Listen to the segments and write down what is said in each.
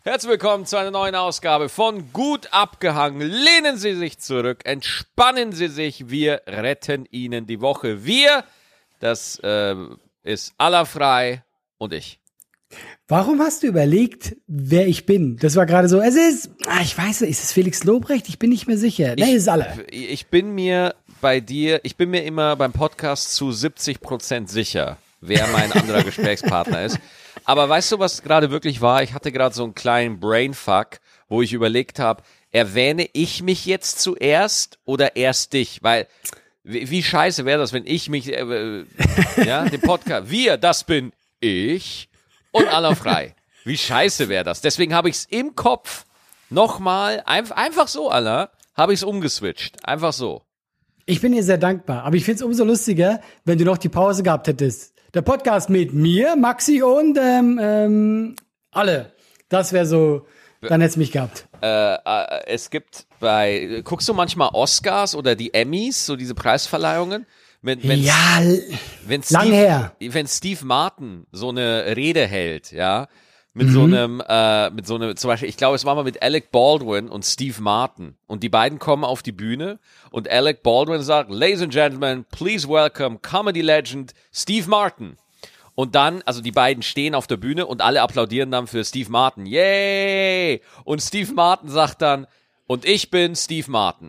Herzlich willkommen zu einer neuen Ausgabe von Gut abgehangen. Lehnen Sie sich zurück, entspannen Sie sich, wir retten Ihnen die Woche. Wir, das ist Allerfrei und ich. Warum hast du überlegt, wer ich bin? Das war gerade so, ich weiß nicht, ist es Felix Lobrecht? Ich bin nicht mehr sicher. Nee, es ist alle. Ich bin mir immer beim Podcast zu 70% sicher, wer mein anderer Gesprächspartner ist. Aber weißt du, was gerade wirklich war? Ich hatte gerade so einen kleinen Brainfuck, wo ich überlegt habe, erwähne ich mich jetzt zuerst oder erst dich? Weil, wie scheiße wäre das, wenn ich mich, den Podcast, das bin ich und Allerfrei. Wie scheiße wäre das? Deswegen habe ich es im Kopf nochmal, einfach so, Aller, habe ich es umgeswitcht. Einfach so. Ich bin dir sehr dankbar, aber ich finde es umso lustiger, wenn du noch die Pause gehabt hättest. Der Podcast mit mir, Maxi und alle. Das wäre so, dann hättest du mich gehabt. Es gibt guckst du manchmal Oscars oder die Emmys, so diese Preisverleihungen? Wenn Steve Martin so eine Rede hält, ja, mit so einem, zum Beispiel, ich glaube, es war mal mit Alec Baldwin und Steve Martin und die beiden kommen auf die Bühne und Alec Baldwin sagt, Ladies and Gentlemen, please welcome Comedy Legend Steve Martin. Und dann, also die beiden stehen auf der Bühne und alle applaudieren dann für Steve Martin. Yay! Und Steve Martin sagt dann, und ich bin Steve Martin.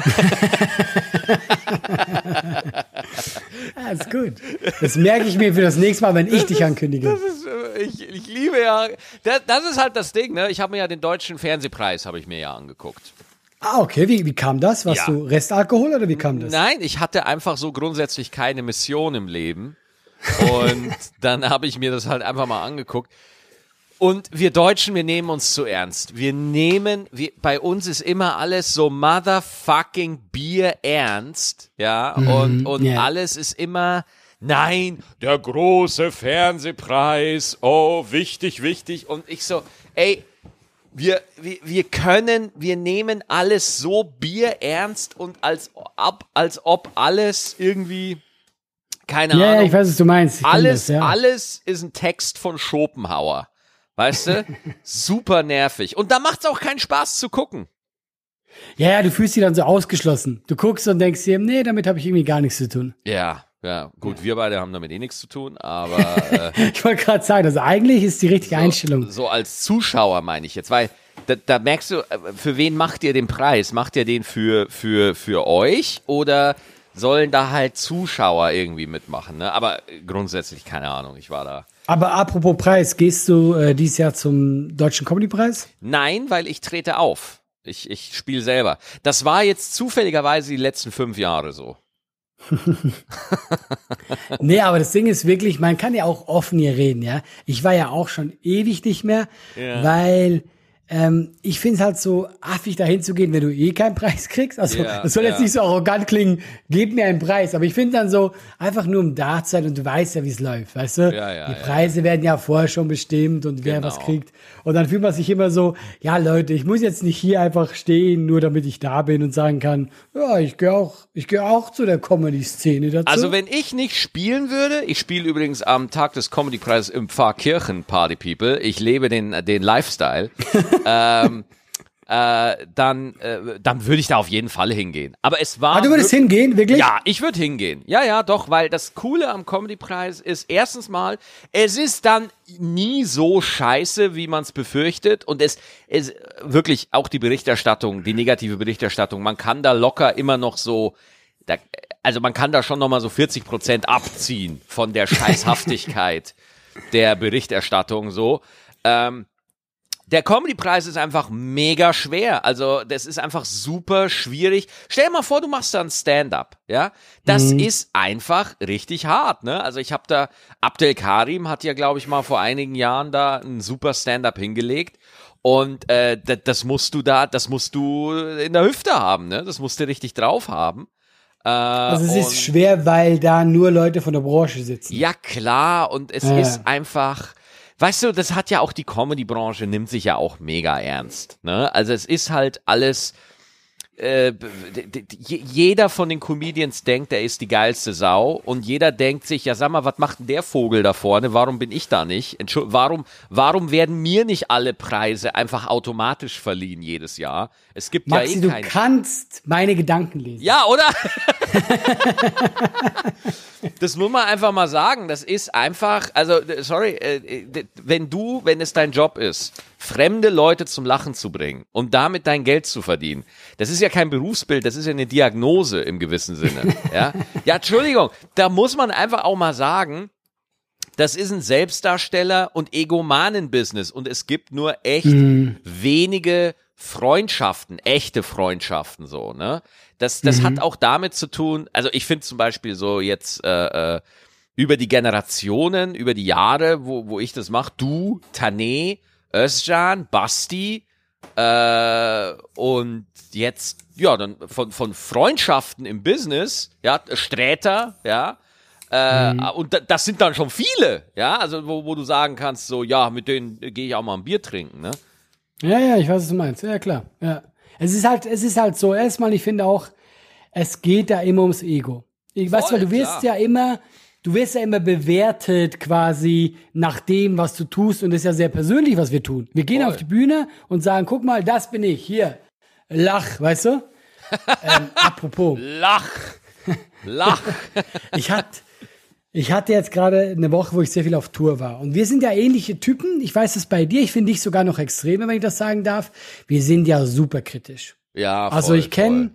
Das ist gut. Das merke ich mir für das nächste Mal, wenn ich dich ankündige. Ich liebe ja, das ist halt das Ding, ne? Ich habe mir ja den Deutschen Fernsehpreis, habe ich mir ja angeguckt. Ah, okay. Wie kam das? Warst du Restalkohol oder wie kam das? Nein, ich hatte einfach so grundsätzlich keine Mission im Leben. Und dann habe ich mir das halt einfach mal angeguckt. Und wir Deutschen, wir nehmen uns zu ernst. Bei uns ist immer alles so motherfucking Bier ernst, ja, und alles ist immer, nein, der große Fernsehpreis, oh, wichtig, wichtig. Und ich so, ey, wir nehmen alles so bierernst und als ob alles irgendwie, keine Ahnung. Ja, ich weiß, was du meinst. Alles ist ein Text von Schopenhauer. Weißt du? Super nervig. Und da macht's auch keinen Spaß zu gucken. Ja, du fühlst dich dann so ausgeschlossen. Du guckst und denkst dir, nee, damit habe ich irgendwie gar nichts zu tun. Ja, gut, wir beide haben damit nichts zu tun, aber ich wollte gerade sagen, also eigentlich ist die richtige Einstellung. So als Zuschauer meine ich jetzt, weil da merkst du, für wen macht ihr den Preis? Macht ihr den für euch oder sollen da halt Zuschauer irgendwie mitmachen? Ne? Aber grundsätzlich, keine Ahnung, ich war da. Aber apropos Preis, gehst du dieses Jahr zum Deutschen Comedy-Preis? Nein, weil ich trete auf. Ich spiele selber. Das war jetzt zufälligerweise die letzten 5 Jahre so. Nee, aber das Ding ist wirklich, man kann ja auch offen hier reden, ja. Ich war ja auch schon ewig nicht mehr, weil ich finde es halt so affig, da hinzugehen, wenn du eh keinen Preis kriegst. Also das soll jetzt nicht so arrogant klingen, gib mir einen Preis. Aber ich finde dann so, einfach nur um da zu sein und du weißt ja, wie es läuft, weißt du? Die Preise werden ja vorher schon bestimmt und wer was kriegt. Und dann fühlt man sich immer so, ja Leute, ich muss jetzt nicht hier einfach stehen, nur damit ich da bin und sagen kann, ja, ich gehe auch zu der Comedy-Szene dazu. Also wenn ich nicht spielen würde, ich spiele übrigens am Tag des Comedy-Preises im Pfarrkirchen, Party People, ich lebe den Lifestyle, dann würde ich da auf jeden Fall hingehen. Aber es war. Du würdest hingehen, wirklich? Ja, ich würde hingehen. Ja, doch, weil das Coole am Comedy-Preis ist, erstens mal, es ist dann nie so scheiße, wie man es befürchtet. Und es wirklich auch die Berichterstattung, die negative Berichterstattung, man kann da locker immer noch so, also man kann da schon nochmal so 40% abziehen von der Scheißhaftigkeit der Berichterstattung so. Der Comedy-Preis ist einfach mega schwer. Also, das ist einfach super schwierig. Stell dir mal vor, du machst da ein Stand-up, ja? Das ist einfach richtig hart, ne? Also, ich habe da, Abdel Karim hat ja, glaube ich, mal vor einigen Jahren da ein super Stand-up hingelegt. Und das musst du in der Hüfte haben, ne? Das musst du richtig drauf haben. Also es ist schwer, weil da nur Leute von der Branche sitzen. Ja, klar. Und es ist einfach... Weißt du, das hat ja auch die Comedy-Branche, nimmt sich ja auch mega ernst, ne? Also es ist halt alles, jeder von den Comedians denkt, er ist die geilste Sau und jeder denkt sich, ja sag mal, was macht denn der Vogel da vorne, warum bin ich da nicht? Warum werden mir nicht alle Preise einfach automatisch verliehen jedes Jahr? Es gibt Maxi, ja du kannst meine Gedanken lesen. Ja, oder? Das muss man einfach mal sagen, das ist einfach, also sorry, wenn es dein Job ist, fremde Leute zum Lachen zu bringen und damit dein Geld zu verdienen, das ist ja kein Berufsbild, das ist ja eine Diagnose im gewissen Sinne. Ja, Entschuldigung, da muss man einfach auch mal sagen, das ist ein Selbstdarsteller- und Egomanen-Business und es gibt nur echt wenige Freundschaften, echte Freundschaften so, ne? Das hat auch damit zu tun, also ich finde zum Beispiel so jetzt über die Generationen, über die Jahre, wo ich das mache, du, Tané, Özcan, Basti und jetzt, ja, dann von Freundschaften im Business, ja, Sträter, ja, und das sind dann schon viele, ja, also wo du sagen kannst, so, ja, mit denen gehe ich auch mal ein Bier trinken, ne? Ja, ich weiß, was du meinst. Ja, klar. Ja. Es ist halt so, erstmal, ich finde auch, es geht da immer ums Ego. Weißt du, du wirst ja immer bewertet quasi nach dem, was du tust und das ist ja sehr persönlich, was wir tun. Wir gehen auf die Bühne und sagen, guck mal, das bin ich, hier, lach, weißt du? Apropos. Lach. Ich hatte jetzt gerade eine Woche, wo ich sehr viel auf Tour war. Und wir sind ja ähnliche Typen. Ich weiß es bei dir. Ich finde dich sogar noch extremer, wenn ich das sagen darf. Wir sind ja super kritisch. Ja, voll, also ich kenne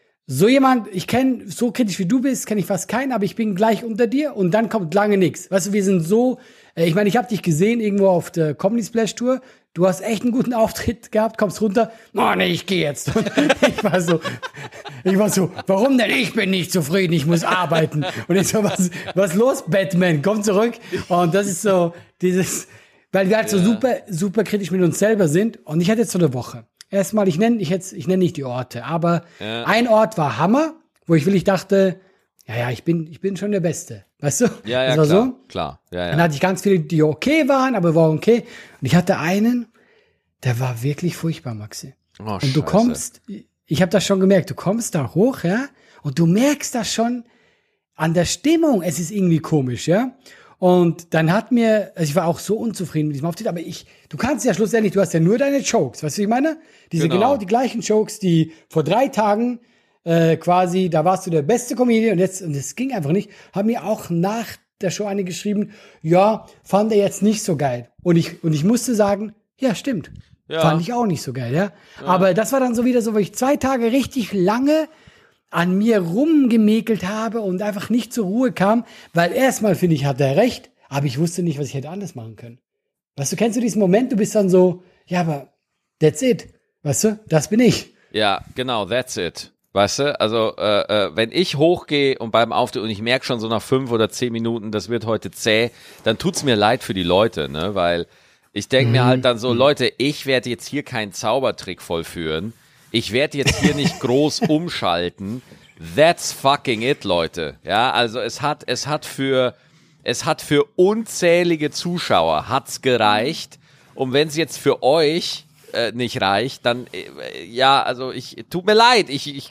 so kritisch wie du bist, kenne ich fast keinen, aber ich bin gleich unter dir und dann kommt lange nichts. Weißt du, wir sind so, ich meine, ich habe dich gesehen irgendwo auf der Comedy Splash Tour. Du hast echt einen guten Auftritt gehabt, kommst runter. Oh nee, ich gehe jetzt. Und ich war so, warum denn? Ich bin nicht zufrieden, ich muss arbeiten. Und ich so, was los, Batman? Komm zurück. Und das ist so dieses, weil wir halt so super, super kritisch mit uns selber sind. Und ich hatte jetzt so eine Woche. Erstmal, ich nenne nicht die Orte, aber ein Ort war Hammer, wo ich dachte, ja, ich bin schon der Beste. Weißt du? Ja, das war klar, so. Klar. Ja. Dann hatte ich ganz viele, die okay waren, aber war okay. Und ich hatte einen, der war wirklich furchtbar, Maxi. Oh, und du kommst, ich habe das schon gemerkt, du kommst da hoch, ja, und du merkst das schon an der Stimmung. Es ist irgendwie komisch, ja. Und dann also ich war auch so unzufrieden mit diesem Auftritt, aber du kannst ja schlussendlich, du hast ja nur deine Jokes, weißt du, was ich meine? Diese genau die gleichen Jokes, die vor 3 Tagen quasi, da warst du der beste Comedian und es ging einfach nicht, haben mir auch nach der Show eine geschrieben, ja, fand er jetzt nicht so geil. Und ich musste sagen, ja, stimmt. Ja. Fand ich auch nicht so geil, ja. Aber das war dann so wieder so, wo ich 2 Tage richtig lange an mir rumgemäkelt habe und einfach nicht zur Ruhe kam, weil erstmal, finde ich, hat er recht, aber ich wusste nicht, was ich hätte anders machen können. Weißt du, kennst du diesen Moment, du bist dann so, ja, aber that's it. Weißt du, das bin ich. Ja, genau, that's it. Weißt du, also wenn ich hochgehe und beim Auftritt und ich merke schon so nach 5 oder 10 Minuten, das wird heute zäh, dann tut's mir leid für die Leute, ne, weil ich denke mir halt dann so, Leute, ich werde jetzt hier keinen Zaubertrick vollführen, ich werde jetzt hier nicht groß umschalten, that's fucking it, Leute, ja, also es hat für unzählige Zuschauer hat's gereicht und wenn es jetzt für euch nicht reicht, dann ja, also tut mir leid,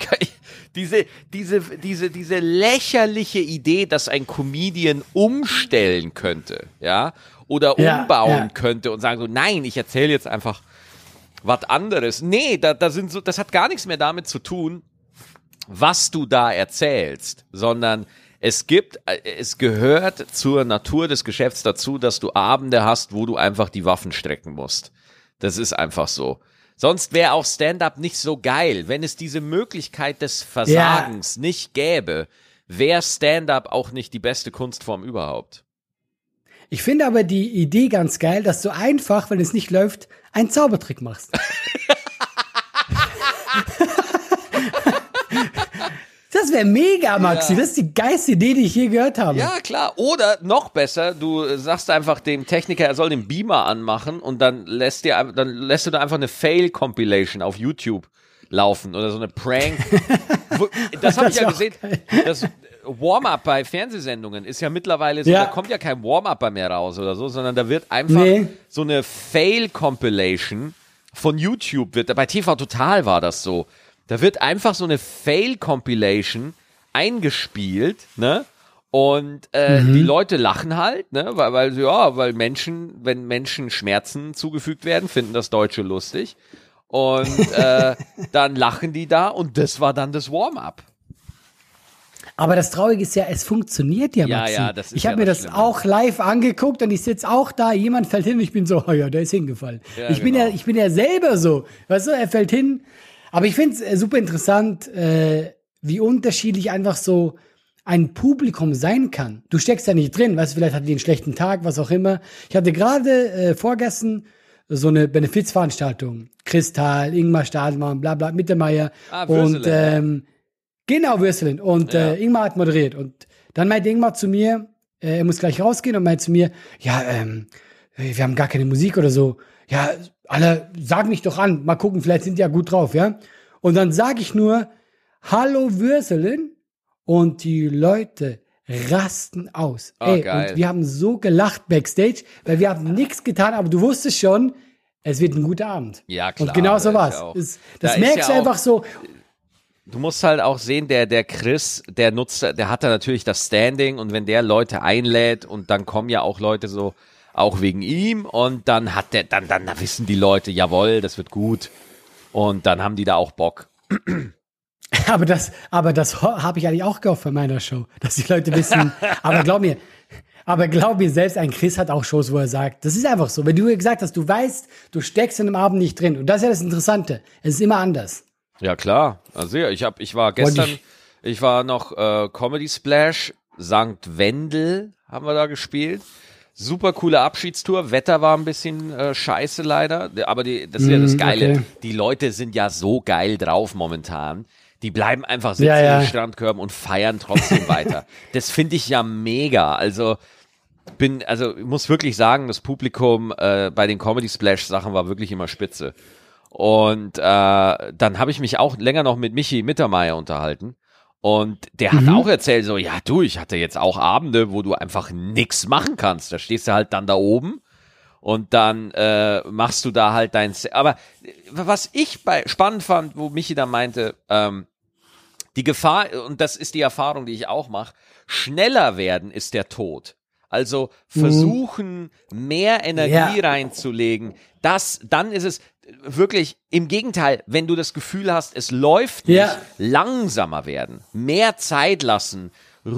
diese lächerliche Idee, dass ein Comedian umstellen könnte, ja, oder umbauen könnte und sagen so, nein, ich erzähle jetzt einfach was anderes. Nee, das hat gar nichts mehr damit zu tun, was du da erzählst, sondern es gehört zur Natur des Geschäfts dazu, dass du Abende hast, wo du einfach die Waffen strecken musst. Das ist einfach so. Sonst wäre auch Stand-up nicht so geil. Wenn es diese Möglichkeit des Versagens nicht gäbe, wäre Stand-up auch nicht die beste Kunstform überhaupt. Ich finde aber die Idee ganz geil, dass du einfach, wenn es nicht läuft, einen Zaubertrick machst. Das wäre mega, Maxi. Ja. Das ist die geilste Idee, die ich je gehört habe. Ja, klar. Oder noch besser, du sagst einfach dem Techniker, er soll den Beamer anmachen und dann lässt du da einfach eine Fail-Compilation auf YouTube laufen oder so eine Prank. Das habe ich ja gesehen. Das Warm-up bei Fernsehsendungen ist ja mittlerweile so, da kommt ja kein Warm-Upper mehr raus oder so, sondern da wird einfach so eine Fail-Compilation von YouTube bei TV Total war das so. Da wird einfach so eine Fail-Compilation eingespielt, ne? Und die Leute lachen halt, ne? Weil Menschen, wenn Menschen Schmerzen zugefügt werden, finden das Deutsche lustig. Und dann lachen die da und das war dann das Warm-up. Aber das Traurige ist ja, es funktioniert ja, Maxi. Ja, das ist ich habe ja mir das Schlimme. auch live angeguckt und ich sitze auch da, jemand fällt hin und ich bin so, oh ja, der ist hingefallen. Ja, ich genau. bin ja selber so, weißt du, er fällt hin. Aber ich finde es super interessant, wie unterschiedlich einfach so ein Publikum sein kann. Du steckst ja nicht drin, weißt du, vielleicht hatten die einen schlechten Tag, was auch immer. Ich hatte gerade vorgestern so eine Benefizveranstaltung. Kristall, Ingmar Stadelmann, bla bla, Mittermeier. Würselen, Und genau, Würselen. Und Ingmar hat moderiert. Und dann meinte Ingmar zu mir, er muss gleich rausgehen und meinte zu mir, ja, wir haben gar keine Musik oder so. Ja, alle, sag mich doch an, mal gucken, vielleicht sind die ja gut drauf, ja. Und dann sage ich nur, hallo Würselen, und die Leute rasten aus. Oh, geil. Und wir haben so gelacht backstage, weil wir haben nichts getan, aber du wusstest schon, es wird ein guter Abend. Ja, klar. Und genau so das war's. ist ja auch- Das Da merkst ist du ja einfach so. Du musst halt auch sehen, der Chris, der hat da natürlich das Standing und wenn der Leute einlädt und dann kommen ja auch Leute so, auch wegen ihm und dann dann wissen die Leute, jawohl, das wird gut und dann haben die da auch Bock. Aber das habe ich eigentlich auch gehofft bei meiner Show, dass die Leute wissen. aber glaub mir, selbst ein Chris hat auch Shows, wo er sagt, das ist einfach so. Wenn du gesagt hast, du weißt, du steckst in einem Abend nicht drin. Und das ist ja das Interessante. Es ist immer anders. Ja, klar. Also ich war gestern, ich war noch Comedy Splash, St. Wendel haben wir da gespielt. Super coole Abschiedstour. Wetter war ein bisschen scheiße leider, aber das ist ja das Geile. Okay. Die Leute sind ja so geil drauf momentan. Die bleiben einfach sitzen Ja. in den Strandkörben und feiern trotzdem weiter. Das finde ich ja mega. Also ich muss wirklich sagen, das Publikum bei den Comedy Splash Sachen war wirklich immer spitze. Und dann habe ich mich auch länger noch mit Michi Mittermeier unterhalten. Und der hat auch erzählt, so, ja du, ich hatte jetzt auch Abende, wo du einfach nix machen kannst. Da stehst du halt dann da oben und dann machst du da halt aber was ich spannend fand, wo Michi da meinte, die Gefahr, und das ist die Erfahrung, die ich auch mache, schneller werden ist der Tod. Also versuchen, mehr Energie reinzulegen, dann ist es wirklich im Gegenteil, wenn du das Gefühl hast, es läuft nicht, langsamer werden, mehr Zeit lassen,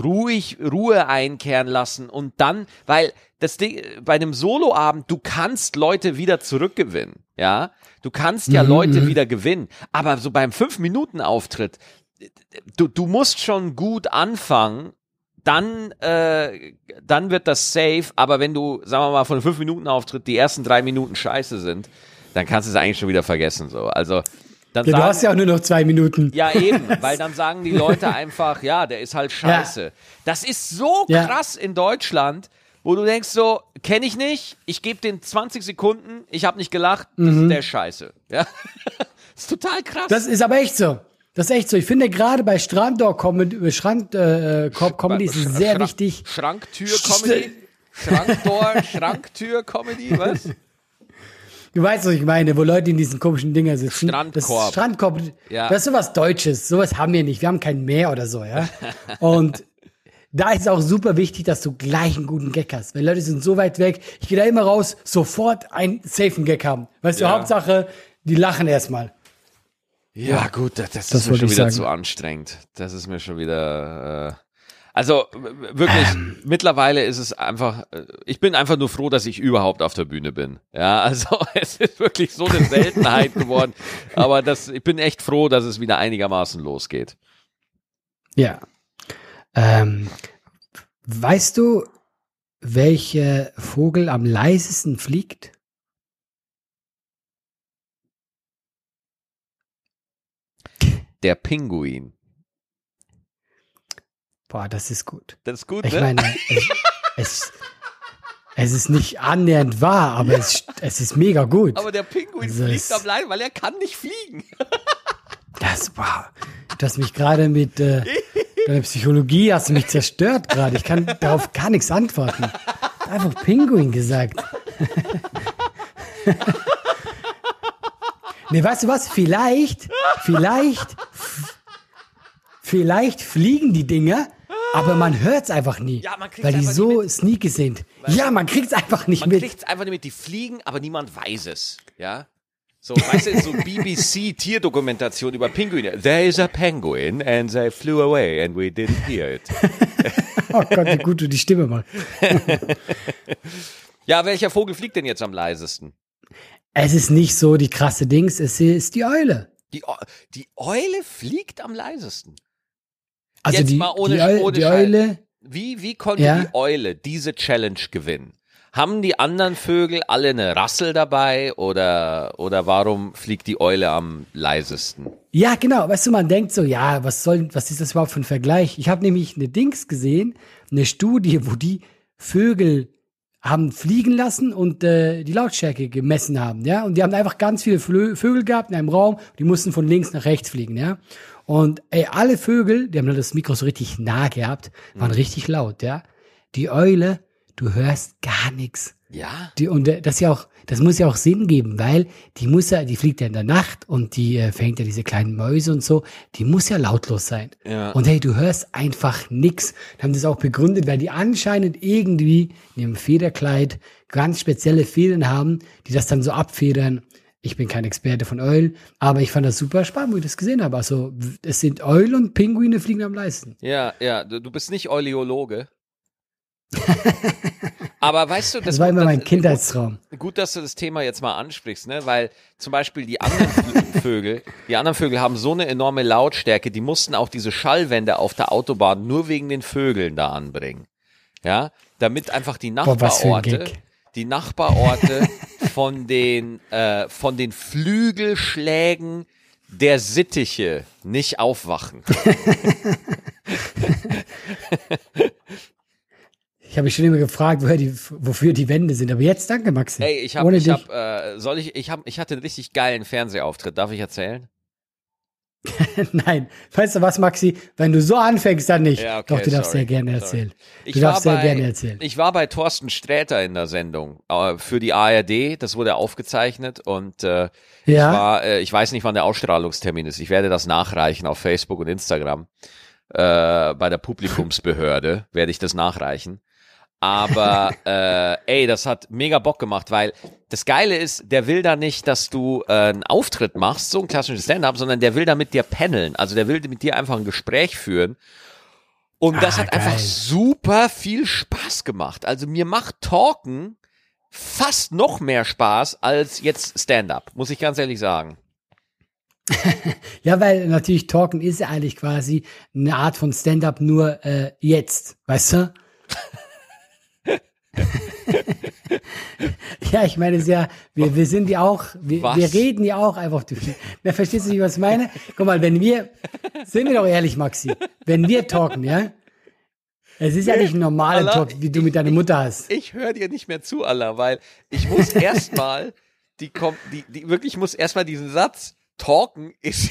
Ruhe einkehren lassen und dann, weil das Ding, bei einem Soloabend, du kannst Leute wieder zurückgewinnen, ja, du kannst ja Leute wieder gewinnen, aber so beim 5-Minuten-Auftritt, du musst schon gut anfangen, dann wird das safe, aber wenn du, sagen wir mal, von einem 5-Minuten-Auftritt die ersten 3 Minuten scheiße sind, dann kannst du es eigentlich schon wieder vergessen, so, also dann Ja, du hast ja auch nur noch 2 Minuten. ja, eben, weil dann sagen die Leute einfach, ja, der ist halt scheiße. Ja. Das ist so krass in Deutschland, wo du denkst so, kenne ich nicht, ich gebe den 20 Sekunden, ich habe nicht gelacht, der ist scheiße. Ja, das ist total krass. Das ist aber echt so. Das ist echt so. Ich finde gerade bei Strandkorb-Comedy ist es sehr wichtig. Schranktür-Comedy? Schranktür-Comedy, was? Du weißt, was ich meine, wo Leute in diesen komischen Dinger sitzen. Strandkorb. Strandkorb, Ja. das ist sowas Deutsches. Sowas haben wir nicht. Wir haben kein Meer oder so, ja. Und da ist es auch super wichtig, dass du gleich einen guten Gag hast. Weil Leute sind so weit weg. Ich gehe da immer raus, sofort einen safen Gag haben. Weißt du, Hauptsache, die lachen erstmal. Ja, gut, das ist mir schon wieder zu anstrengend. Das ist mir schon wieder. Also wirklich, mittlerweile ist es einfach, ich bin einfach nur froh, dass ich überhaupt auf der Bühne bin. Ja, also es ist wirklich so eine Seltenheit geworden. Aber ich bin echt froh, dass es wieder einigermaßen losgeht. Ja. Weißt du, welcher Vogel am leisesten fliegt? Der Pinguin. Boah, das ist gut. Das ist gut, Ich ne? meine, es ist nicht annähernd wahr, aber es ist mega gut. Aber der Pinguin Also fliegt am Leid, weil er kann nicht fliegen. Wow. Du hast mich gerade mit deiner Psychologie hast du mich zerstört gerade. Ich kann darauf gar nichts antworten. Einfach Pinguin gesagt. Nee, weißt du was? Vielleicht fliegen die Dinger, aber man hört's einfach nie. Ja, man kriegt's weil die einfach so nie mit. sneaky sind. Ja, man kriegt's einfach nicht Man mit. kriegt's einfach nicht mit. Die fliegen, aber niemand weiß es. Ja. So, weißt du, so BBC-Tierdokumentation über Pinguine. There is a penguin and they flew away and we didn't hear it. Oh Gott, wie gut du die Stimme machst. Ja, welcher Vogel fliegt denn jetzt am leisesten? Es ist nicht so die krasse Dings, es ist die Eule. Die Eule fliegt am leisesten. Also Jetzt die, mal ohne, die, Eule, ohne die Scheiß. Eule, Wie konnte Ja. die Eule diese Challenge gewinnen? Haben die anderen Vögel alle eine Rassel dabei oder warum fliegt die Eule am leisesten? ja genau, weißt du, man denkt so, ja, was ist das überhaupt für ein Vergleich? Ich habe nämlich eine Dings gesehen, eine Studie, wo die Vögel haben fliegen lassen und die Lautstärke gemessen haben, ja, und die haben einfach ganz viele Vögel gehabt in einem Raum, die mussten von links nach rechts fliegen, ja, und alle Vögel, die haben dann das Mikro so richtig nah gehabt, waren richtig laut, ja, die Eule, du hörst gar nichts. Ja? Das muss ja auch Sinn geben, weil die fliegt ja in der Nacht und die fängt ja diese kleinen Mäuse und so, die muss ja lautlos sein. Ja. Und hey, du hörst einfach nix. Da haben das auch begründet, weil die anscheinend irgendwie in ihrem Federkleid ganz spezielle Federn haben, die das dann so abfedern. Ich bin kein Experte von Eulen, aber ich fand das super spannend, wo ich das gesehen habe. Also es sind Eulen und Pinguine fliegen am leisten. Ja, du bist nicht Euliologe. Aber weißt du, Das war immer mein Kindheitstraum. Gut, dass du das Thema jetzt mal ansprichst, ne? Weil zum Beispiel die anderen Vögel haben so eine enorme Lautstärke, die mussten auch diese Schallwände auf der Autobahn nur wegen den Vögeln da anbringen. Ja, damit einfach die was für ein Nachbarorte von den Flügelschlägen der Sittiche nicht aufwachen. Ich habe mich schon immer gefragt, wofür die Wände sind. Aber jetzt danke, Maxi. Ey, ich hatte einen richtig geilen Fernsehauftritt. Darf ich erzählen? Nein. Weißt du was, Maxi? Wenn du so anfängst, dann nicht. Ja, okay, Doch, du darfst sorry, sehr gerne sorry. erzählen. Du darfst sehr gerne erzählen. Ich war bei Thorsten Sträter in der Sendung für die ARD. Das wurde aufgezeichnet und ich weiß nicht, wann der Ausstrahlungstermin ist. Ich werde das nachreichen auf Facebook und Instagram. Bei der Publikumsbehörde werde ich das nachreichen. Aber das hat mega Bock gemacht, weil das Geile ist, der will da nicht, dass du einen Auftritt machst, so ein klassisches Stand-up, sondern der will da mit dir paneln. Also der will mit dir einfach ein Gespräch führen. Und das hat geil. einfach super viel Spaß gemacht. Also mir macht Talken fast noch mehr Spaß als jetzt Stand-up, muss ich ganz ehrlich sagen. Ja, weil natürlich Talken ist ja eigentlich quasi eine Art von Stand-up, nur jetzt, weißt du? Ja, ich meine, wir sind ja auch, wir reden ja auch einfach. Na, verstehst du nicht, was ich meine? Guck mal, sind wir doch ehrlich, Maxi, wenn wir talken, ja? Es ist ja nicht ein normaler Allah, Talk, wie du mit deiner Mutter hast. Ich höre dir nicht mehr zu, Allah, weil ich muss erstmal ich muss erstmal diesen Satz, Talken ist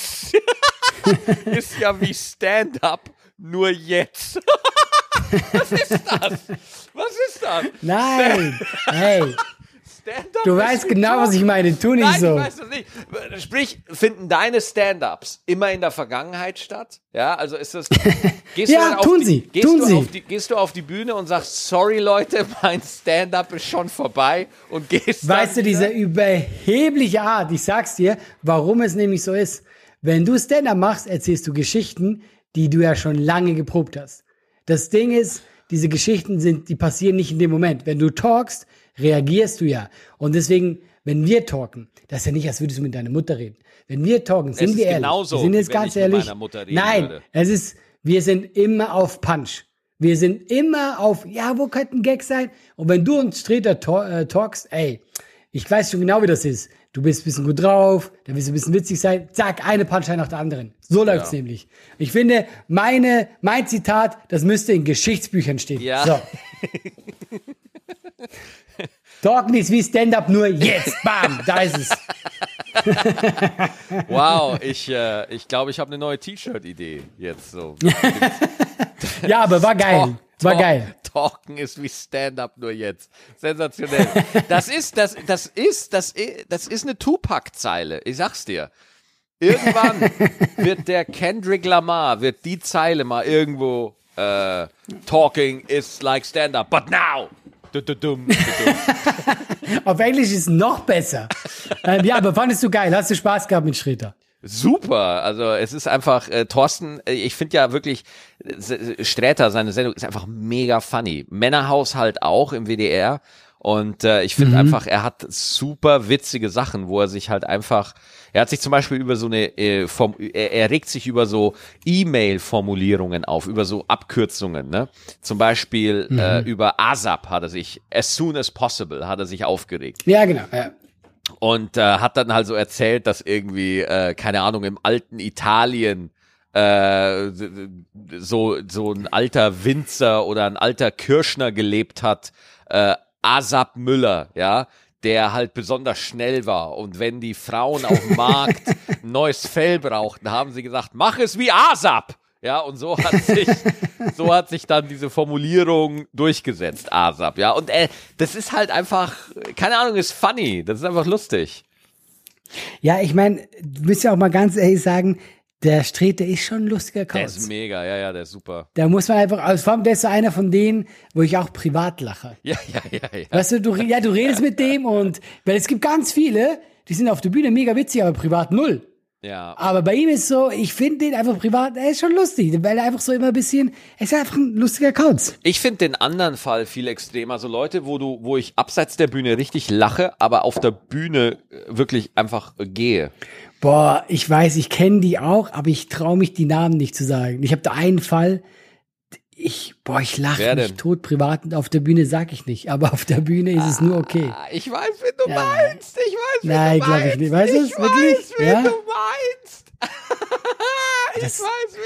ja wie Stand-up, nur jetzt. Was ist das? Nein, hey, Stand-up du ist weißt wie genau, was ich meine, tu nicht Nein, so. ich weiß das nicht. Sprich, finden deine Stand-ups immer in der Vergangenheit statt? Ja, also ist das. Gehst Ja, du tun sie. Gehst du auf die Bühne und sagst, sorry Leute, mein Stand-up ist schon vorbei und gehst. Weißt du, dann diese überhebliche Art, ich sag's dir, warum es nämlich so ist. Wenn du Stand-up machst, erzählst du Geschichten, die du ja schon lange geprobt hast. Das Ding ist, diese Geschichten die passieren nicht in dem Moment. Wenn du talkst, reagierst du ja. Und deswegen, wenn wir talken, das ist ja nicht, als würdest du mit deiner Mutter reden. Wenn wir talken, sind wir ehrlich. Genauso, wir sind jetzt wie wenn ganz ich mit ehrlich. meiner Mutter reden Nein, würde. wir sind immer auf Punch. Wir sind immer auf, ja, wo könnte ein Gag sein? Und wenn du uns Streter talkst, ey, ich weiß schon genau, wie das ist. Du bist ein bisschen gut drauf, dann willst du ein bisschen witzig sein, zack, eine Punchline nach der anderen. So läuft's nämlich. Ich finde, mein Zitat, das müsste in Geschichtsbüchern stehen. Ja. So. Talken ist wie Stand-up, nur jetzt. Bam, da ist es. Wow, ich glaube, ich habe eine neue T-Shirt-Idee jetzt so. Ja, aber war geil. War geil. Talken ist wie Stand-up, nur jetzt. Sensationell. Das ist eine Tupac-Zeile. Ich sag's dir. Irgendwann wird der Kendrick Lamar, wird die Zeile mal irgendwo, talking is like Stand-up, but now. Auf Englisch ist es noch besser. Ja, aber fandest du geil? Hast du Spaß gehabt mit Schritter? Super, also es ist einfach, Thorsten, ich finde ja wirklich, Sträter, seine Sendung ist einfach mega funny. Männerhaushalt auch im WDR und ich finde einfach, er hat super witzige Sachen, wo er sich halt einfach, er hat sich zum Beispiel über so eine, er regt sich über so E-Mail-Formulierungen auf, über so Abkürzungen, ne? Zum Beispiel über ASAP hat er sich, as soon as possible, hat er sich aufgeregt. Ja, genau, ja. Und hat dann halt so erzählt, dass irgendwie, keine Ahnung, im alten Italien so ein alter Winzer oder ein alter Kirschner gelebt hat, Asap Müller, ja, der halt besonders schnell war. Und wenn die Frauen auf dem Markt ein neues Fell brauchten, haben sie gesagt, mach es wie Asap. Ja, und so hat sich dann diese Formulierung durchgesetzt, ASAP, ja. Und das ist halt einfach, keine Ahnung, ist funny, das ist einfach lustig. Ja, ich meine, du musst ja auch mal ganz ehrlich sagen, der Sträter ist schon ein lustiger Kauz. Der ist mega, ja, der ist super. Da muss man einfach, also vor allem der ist so einer von denen, wo ich auch privat lache. Ja. Weißt du, du redest mit dem und, weil es gibt ganz viele, die sind auf der Bühne mega witzig, aber privat null. Ja. Aber bei ihm ist so, ich finde den einfach privat, er ist schon lustig, weil er einfach so immer ein bisschen, er ist einfach ein lustiger Kauz. Ich finde den anderen Fall viel extremer. So Leute, wo ich abseits der Bühne richtig lache, aber auf der Bühne wirklich einfach gehe. Boah, ich weiß, ich kenne die auch, aber ich traue mich, die Namen nicht zu sagen. Ich habe da einen Fall, ich lache mich tot privat und auf der Bühne sag ich nicht, aber auf der Bühne ist es nur okay. Ich weiß, wen du meinst. Nein, glaube ich nicht. Weißt du es wirklich? Ich weiß, wen du meinst. Ich weiß,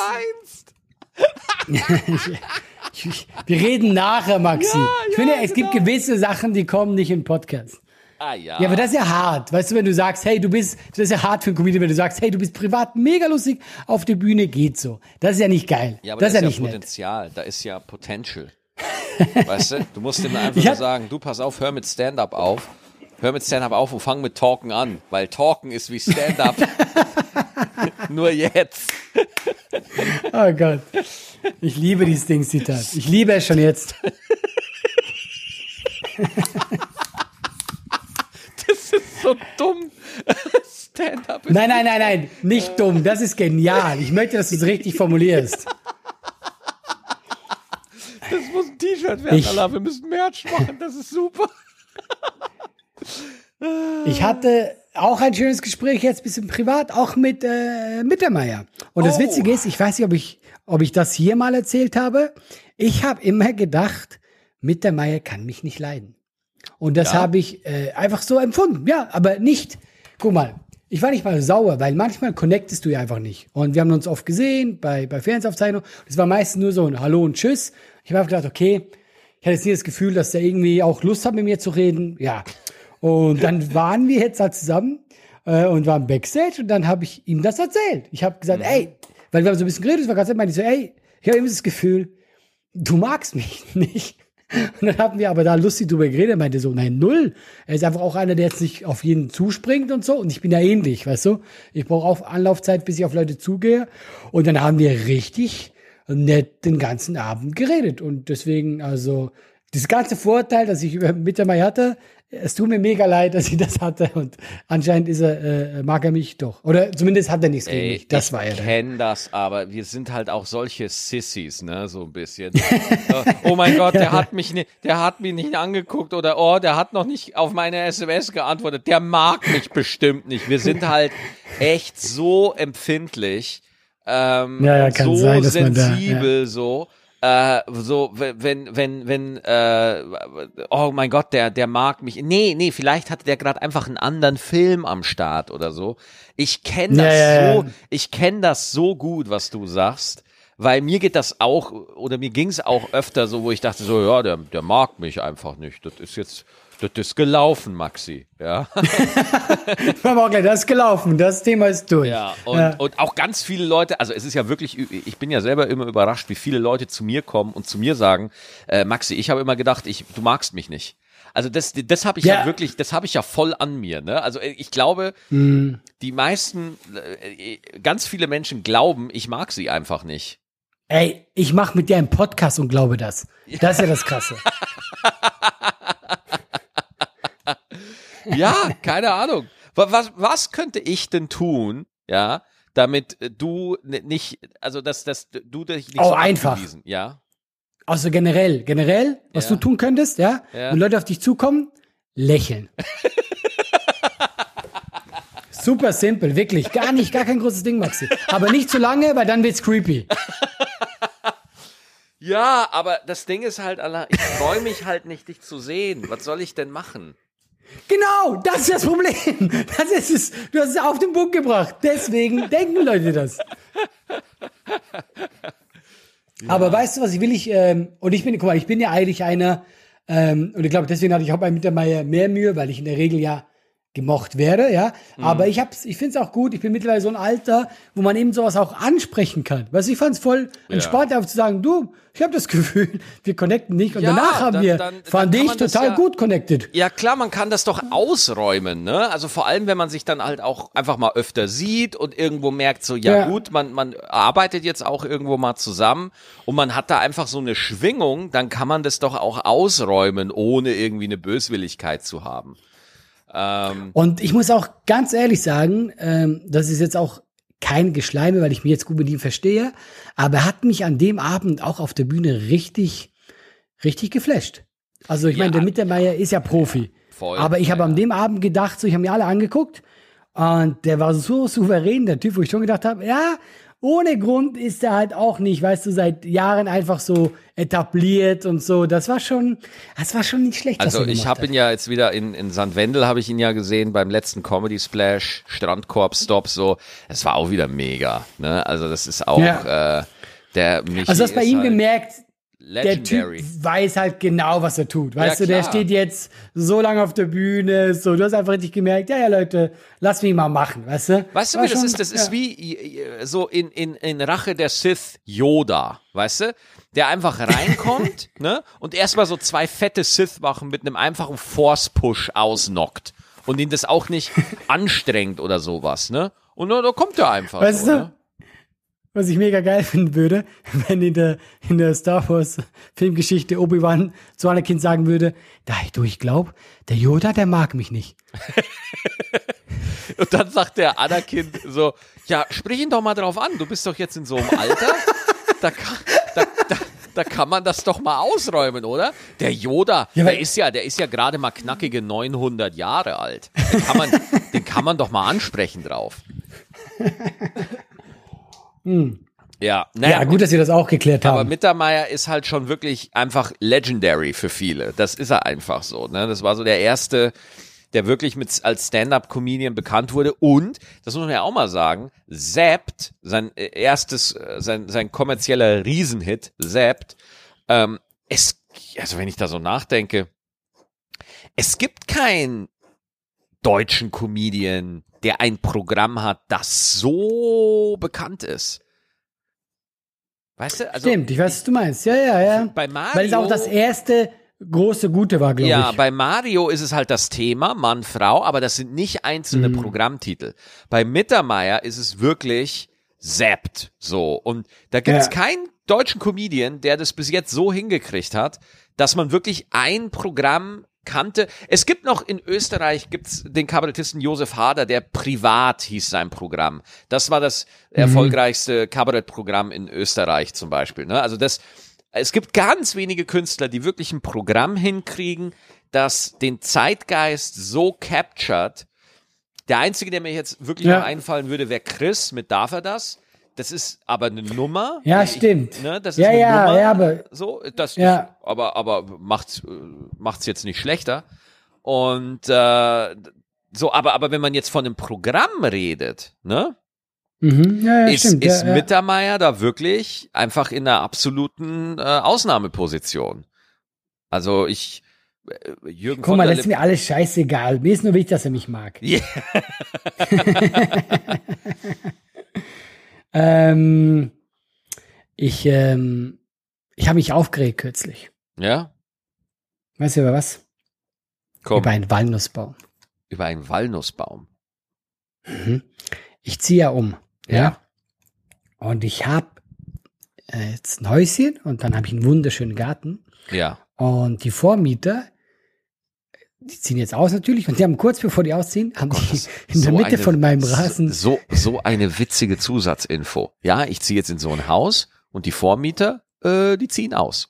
wen du meinst. Wir reden nachher, Maxi. Ich finde, es gibt genau. gewisse Sachen, die kommen nicht in Podcast. Ja, aber das ist ja hart. Weißt du, wenn du sagst, hey, das ist ja hart für einen Comedian, wenn du sagst, hey, du bist privat mega lustig, auf der Bühne geht so. Das ist ja nicht geil. Ja, aber das ist ja ja nicht Potenzial, da ist ja Potential. Weißt du, du musst ihm einfach nur sagen, du pass auf, hör mit Stand-up auf und fang mit Talken an, weil Talken ist wie Stand-up. Nur jetzt. Oh Gott. Ich liebe dieses Ding-Zitat. Ich liebe es schon jetzt. Das ist so dumm. Stand-up ist Nein, nicht dumm. Das ist genial. Ich möchte, dass du es richtig formulierst. Das muss ein T-Shirt werden, Allah. Wir müssen Merch machen. Das ist super. Ich hatte auch ein schönes Gespräch jetzt ein bisschen privat, auch mit Mittermeier. Und das Witzige ist, ich weiß nicht, ob ich das hier mal erzählt habe. Ich habe immer gedacht, Mittermeier kann mich nicht leiden. Und das habe ich einfach so empfunden. Ja, aber nicht. Guck mal, ich war nicht mal sauer, weil manchmal connectest du ja einfach nicht. Und wir haben uns oft gesehen bei Fernsehaufzeichnungen. Das war meistens nur so ein Hallo und Tschüss. Ich habe einfach gedacht, okay, ich hatte jetzt nie das Gefühl, dass der irgendwie auch Lust hat, mit mir zu reden. Ja. Und dann waren wir jetzt halt zusammen und waren Backstage und dann habe ich ihm das erzählt. Ich habe gesagt, ey, weil wir haben so ein bisschen geredet, das war ganz meinte ich so, ey, ich habe immer das Gefühl, du magst mich nicht. Und dann haben wir aber da lustig drüber geredet. Er meinte so, nein, null. Er ist einfach auch einer, der jetzt nicht auf jeden zuspringt und so. Und ich bin ja ähnlich, weißt du. Ich brauche auch Anlaufzeit, bis ich auf Leute zugehe. Und dann haben wir richtig nett den ganzen Abend geredet. Und deswegen, also, das ganze Vorteil, das ich mit der Mai hatte, es tut mir mega leid, dass ich das hatte. Und anscheinend mag er mich doch. Oder zumindest hat er nichts gegen mich. Das war er dann. Ich kenne das, aber wir sind halt auch solche Sissies, ne, so ein bisschen. Oh mein Gott, der hat mich nicht angeguckt oder der hat noch nicht auf meine SMS geantwortet. Der mag mich bestimmt nicht. Wir sind halt echt so empfindlich, kann so sein, dass sensibel, man so. Wenn oh mein Gott, der mag mich. Nee, vielleicht hatte der gerade einfach einen anderen Film am Start oder so. Ich kenne das so gut, was du sagst, weil mir geht das auch, oder mir ging es auch öfter so, wo ich dachte so, ja, der mag mich einfach nicht. Das ist jetzt, Das ist gelaufen, Maxi. Ja. Aber auch gleich, das ist gelaufen, das Thema ist durch. Ja, und auch ganz viele Leute, also es ist ja wirklich, ich bin ja selber immer überrascht, wie viele Leute zu mir kommen und zu mir sagen, Maxi, ich habe immer gedacht, du magst mich nicht. Also das habe ich ja wirklich, das habe ich ja voll an mir. Ne? Also ich glaube, die meisten, ganz viele Menschen glauben, ich mag sie einfach nicht. Ey, ich mache mit dir einen Podcast und glaube das. Das ist ja das Krasse. Ja, keine Ahnung. Was könnte ich denn tun, ja, damit du nicht, also dass du dich nicht so einfach. Ja. Also generell, was du tun könntest, ja, wenn Leute auf dich zukommen, lächeln. Super simpel, wirklich, gar kein großes Ding, Maxi. Aber nicht zu lange, weil dann wird's creepy. Ja, aber das Ding ist halt, ich freue mich halt nicht, dich zu sehen. Was soll ich denn machen? Genau, das ist das Problem. Das ist es. Du hast es auf den Punkt gebracht. Deswegen denken Leute das. Ja. Aber weißt du was, ich bin ja eigentlich einer, und ich glaube, deswegen hatte ich auch bei Mittermeier mehr Mühe, weil ich in der Regel ja gemocht werde, ja. Aber ich finde es auch gut, ich bin mittlerweile so ein Alter, wo man eben sowas auch ansprechen kann. Weißt du, ich fand es voll entspannt, einfach zu sagen, du, ich habe das Gefühl, wir connecten nicht. Und danach fand ich total gut connected. Ja klar, man kann das doch ausräumen, ne? Also vor allem, wenn man sich dann halt auch einfach mal öfter sieht und irgendwo merkt so, gut, man arbeitet jetzt auch irgendwo mal zusammen und man hat da einfach so eine Schwingung, dann kann man das doch auch ausräumen, ohne irgendwie eine Böswilligkeit zu haben. Und ich muss auch ganz ehrlich sagen, das ist jetzt auch kein Geschleime, weil ich mich jetzt gut mit ihm verstehe, aber er hat mich an dem Abend auch auf der Bühne richtig geflasht. Also ich meine, der Mittermeier ist ja Profi, voll, aber ich habe an dem Abend gedacht, so ich habe mir alle angeguckt und der war so souverän, der Typ, wo ich schon gedacht habe, ja, ohne Grund ist er halt auch nicht, weißt du, seit Jahren einfach so etabliert und so. Das war schon nicht schlecht. Also ich habe ihn ja jetzt wieder in St. Wendel habe ich ihn ja gesehen beim letzten Comedy Splash, Strandkorb Stop, so. Es war auch wieder mega, ne? Also das ist auch, der Michi. Also du hast bei ihm halt gemerkt, legendary. Der Typ weiß halt genau, was er tut. Weißt du, der steht jetzt so lange auf der Bühne, so, du hast einfach richtig gemerkt, ja, Leute, lass mich mal machen, weißt du? Weißt du, wie das ist? Das ist wie so in Rache der Sith Yoda, weißt du? Der einfach reinkommt, ne? Und erstmal so 2 fette Sith-Wachen mit einem einfachen Force-Push ausnockt. Und ihn das auch nicht anstrengt oder sowas, ne? Und da kommt er einfach. Weißt so, du? Ne? Was ich mega geil finden würde, wenn in der Star Wars Filmgeschichte Obi-Wan zu Anakin sagen würde, ich glaube, der Yoda, der mag mich nicht. Und dann sagt der Anakin so, ja, sprich ihn doch mal drauf an, du bist doch jetzt in so einem Alter, da kann man das doch mal ausräumen, oder? Der Yoda, der ist ja gerade mal knackige 900 Jahre alt. Den kann man doch mal ansprechen drauf. Ja, gut, dass ihr das auch geklärt habt. Aber Mittermeier ist halt schon wirklich einfach legendary für viele. Das ist er einfach so. Ne? Das war so der erste, der wirklich als Stand-up-Comedian bekannt wurde. Und, das muss man ja auch mal sagen, Zapped, sein kommerzieller Riesenhit, Zapped, also wenn ich da so nachdenke, es gibt keinen deutschen Comedian, der ein Programm hat, das so bekannt ist. Weißt du? Also, stimmt, ich weiß, was du meinst. Ja. Bei Mario, weil es auch das erste große Gute war, glaube ich. Ja, bei Mario ist es halt das Thema, Mann, Frau, aber das sind nicht einzelne Programmtitel. Bei Mittermeier ist es wirklich Zapped, so. Und da gibt es keinen deutschen Comedian, der das bis jetzt so hingekriegt hat, dass man wirklich ein Programm kannte. Es gibt noch in Österreich gibt's den Kabarettisten Josef Hader, der Privat hieß sein Programm. Das war das erfolgreichste Kabarettprogramm in Österreich zum Beispiel. Ne? Also es gibt ganz wenige Künstler, die wirklich ein Programm hinkriegen, das den Zeitgeist so captured. Der einzige, der mir jetzt wirklich noch einfallen würde, wäre Chris mit Darf er das? Das ist aber eine Nummer. Ja, stimmt. Ne, das ist eine Nummer. Ja, aber so, aber macht's jetzt nicht schlechter. Und aber wenn man jetzt von einem Programm redet, ne? Ist Mittermeier da wirklich einfach in einer absoluten Ausnahmeposition. Also Jürgen Guck von mal, der das ist mir alles scheißegal. Mir ist nur wichtig, dass er mich mag. Yeah. Ich habe mich aufgeregt kürzlich. Ja? Weißt du über was? Komm. Über einen Walnussbaum. Über einen Walnussbaum. Ich ziehe ja um. Ja. Und ich habe jetzt ein Häuschen und dann habe ich einen wunderschönen Garten. Ja. Und die Vormieter, die ziehen jetzt aus natürlich und die haben kurz bevor die ausziehen, haben die in der Mitte von meinem Rasen. So eine witzige Zusatzinfo. Ja, ich ziehe jetzt in so ein Haus und die Vormieter, die ziehen aus.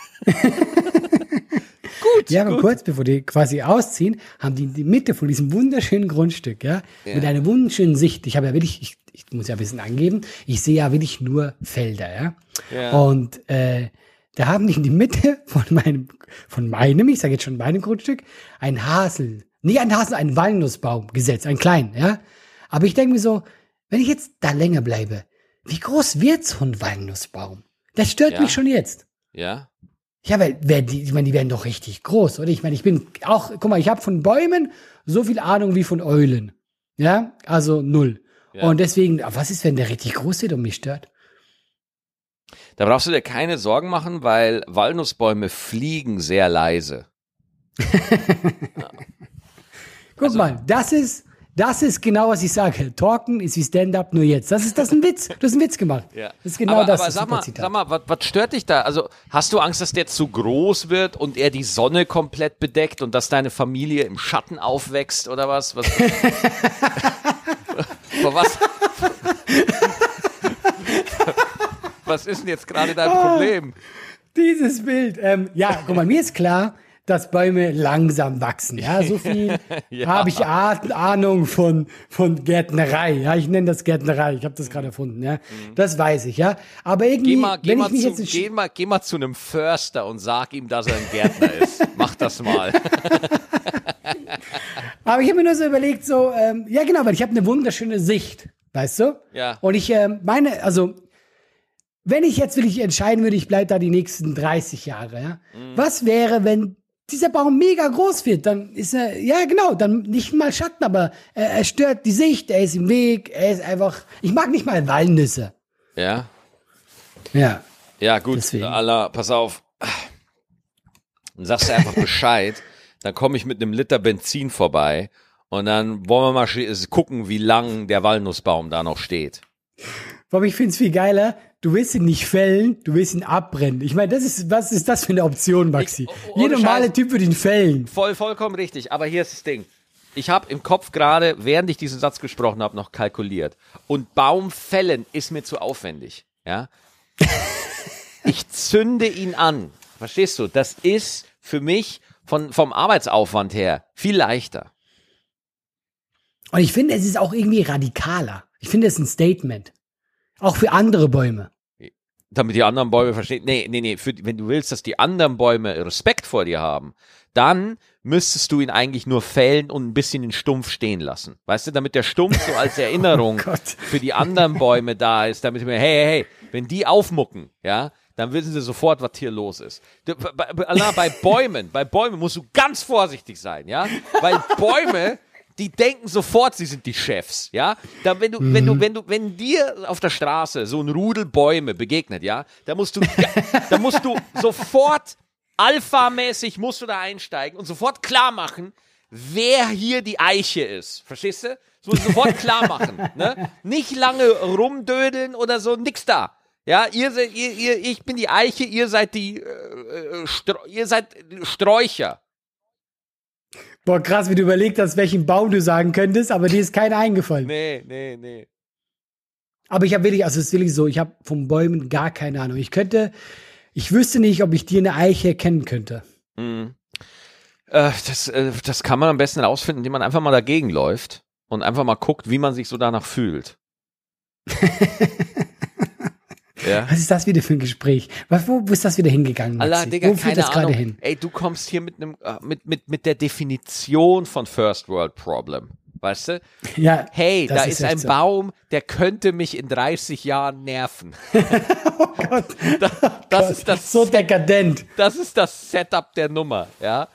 Gut. Ja, aber kurz bevor die quasi ausziehen, haben die in die Mitte von diesem wunderschönen Grundstück, mit einer wunderschönen Sicht. Ich habe ja wirklich, ich muss ja ein bisschen angeben, ich sehe ja wirklich nur Felder, Ja. Und da haben die in die Mitte von meinem, ich sage jetzt schon meinem Grundstück, einen Walnussbaum gesetzt, einen kleinen, ja. Aber ich denke mir so, wenn ich jetzt da länger bleibe, wie groß wird so ein Walnussbaum? Das stört mich schon jetzt. Ja. Ja, weil ich meine, die werden doch richtig groß, oder? Ich meine, ich bin auch, guck mal, ich habe von Bäumen so viel Ahnung wie von Eulen. Ja, also 0. Ja. Und deswegen, was ist, wenn der richtig groß wird und mich stört? Da brauchst du dir keine Sorgen machen, weil Walnussbäume fliegen sehr leise. Ja. Guck mal, das ist genau, was ich sage. Talken ist wie Stand-up, nur jetzt. Das ist ein Witz. Du hast einen Witz gemacht. Ja. Das ist genau das. Aber sag mal, was stört dich da? Also, hast du Angst, dass der zu groß wird und er die Sonne komplett bedeckt und dass deine Familie im Schatten aufwächst oder was? Was was ist denn jetzt gerade dein Problem? Dieses Bild. Ja, guck mal, mir ist klar, dass Bäume langsam wachsen. Ja, so viel habe ich Ahnung von Gärtnerei. Ja, ich nenne das Gärtnerei. Ich habe das gerade erfunden. Ja, das weiß ich. Ja, aber irgendwie, geh mal zu einem Förster und sag ihm, dass er ein Gärtner ist. Mach das mal. Aber ich habe mir nur so überlegt, ja genau, weil ich habe eine wunderschöne Sicht, weißt du? Ja. Und ich wenn ich jetzt wirklich entscheiden würde, ich bleibe da die nächsten 30 Jahre, ja? Was wäre, wenn dieser Baum mega groß wird? Dann ist er, ja genau, dann nicht mal Schatten, aber er stört die Sicht, er ist im Weg, er ist einfach, ich mag nicht mal Walnüsse. Ja? Ja. Ja, gut, Allah, pass auf. Dann sagst du einfach Bescheid, dann komme ich mit einem Liter Benzin vorbei und dann wollen wir mal gucken, wie lang der Walnussbaum da noch steht. Aber ich finde es viel geiler, du willst ihn nicht fällen, du willst ihn abbrennen. Ich meine, was ist das für eine Option, Maxi? Jeder normale Typ würde ihn fällen. Vollkommen richtig, aber hier ist das Ding. Ich habe im Kopf gerade, während ich diesen Satz gesprochen habe, noch kalkuliert. Und Baum fällen ist mir zu aufwendig. Ja? Ich zünde ihn an. Verstehst du? Das ist für mich vom Arbeitsaufwand her viel leichter. Und ich finde, es ist auch irgendwie radikaler. Ich finde, es ist ein Statement. Auch für andere Bäume. Damit die anderen Bäume verstehen. Nee. Wenn du willst, dass die anderen Bäume Respekt vor dir haben, dann müsstest du ihn eigentlich nur fällen und ein bisschen den Stumpf stehen lassen. Weißt du, damit der Stumpf so als Erinnerung für die anderen Bäume da ist, damit wir, hey, wenn die aufmucken, ja, dann wissen sie sofort, was hier los ist. Bei Bäumen musst du ganz vorsichtig sein, ja, weil Bäume, die denken sofort, sie sind die Chefs, ja. Wenn dir auf der Straße so ein Rudel Bäume begegnet, ja, da musst du sofort alphamäßig musst du da einsteigen und sofort klar machen, wer hier die Eiche ist. Verstehst du? Das musst du sofort klar machen, ne? Nicht lange rumdödeln oder so, nix da. Ja, ich bin die Eiche, ihr seid ihr seid Sträucher. Boah, krass, wie du überlegt hast, welchen Baum du sagen könntest, aber dir ist keiner eingefallen. Nee. Aber ich habe wirklich, also es ist wirklich so, ich habe von Bäumen gar keine Ahnung. Ich wüsste nicht, ob ich dir eine Eiche erkennen könnte. Das kann man am besten herausfinden, indem man einfach mal dagegen läuft und einfach mal guckt, wie man sich so danach fühlt. Ja. Was ist das wieder für ein Gespräch? Wo ist das wieder hingegangen, Maxi? Allah, Digga, wo führt das gerade hin? Ey, du kommst hier mit der Definition von First World Problem. Weißt du? Ja. Hey, da ist ein so. Baum, der könnte mich in 30 Jahren nerven. Oh Gott. Das ist das so dekadent. Das ist das Setup der Nummer, ja.